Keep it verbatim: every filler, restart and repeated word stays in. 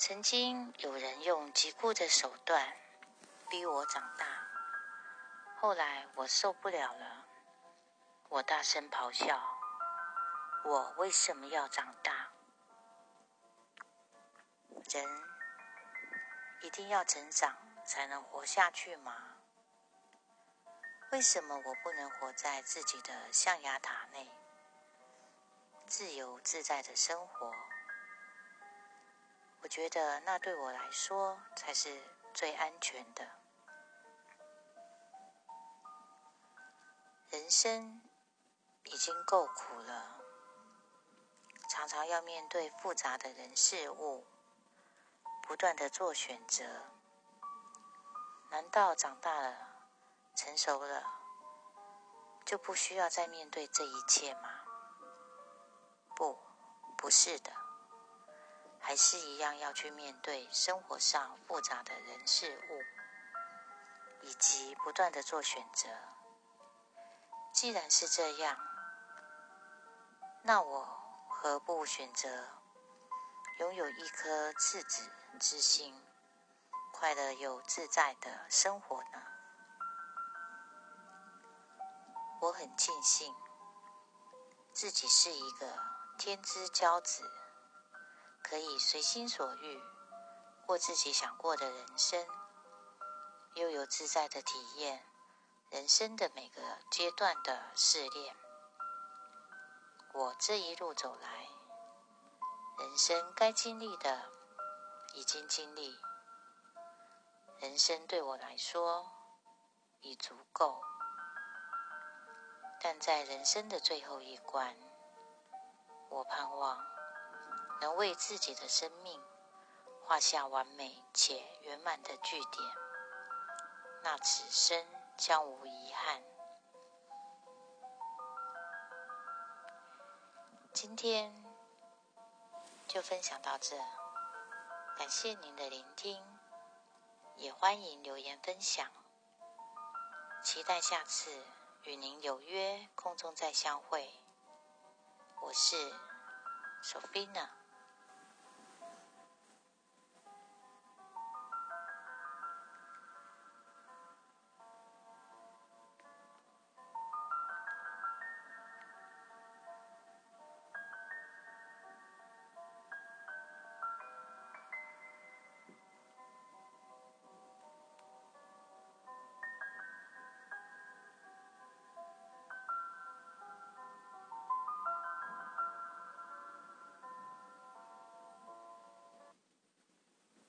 曾经有人用极酷的手段逼我长大，后来我受不了了，我大声咆哮：我为什么要长大？人一定要成长才能活下去吗？为什么我不能活在自己的象牙塔内，自由自在的生活？我觉得那对我来说才是最安全的。人生已经够苦了，常常要面对复杂的人事物，不断的做选择。难道长大了、成熟了，就不需要再面对这一切吗？不，不是的，还是一样要去面对生活上复杂的人事物，以及不断的做选择。既然是这样，那我何不选择拥有一颗赤子之心，快乐又自在的生活呢？我很庆幸自己是一个天之骄子，可以随心所欲过自己想过的人生，又有自在的体验人生的每个阶段的试炼。我这一路走来，人生该经历的已经经历，人生对我来说已足够。但在人生的最后一关，我盼望能为自己的生命画下完美且圆满的句点，那此生将无遗憾。今天就分享到这，感谢您的聆听，也欢迎留言分享，期待下次与您有约空中再相会。我是 Sophina。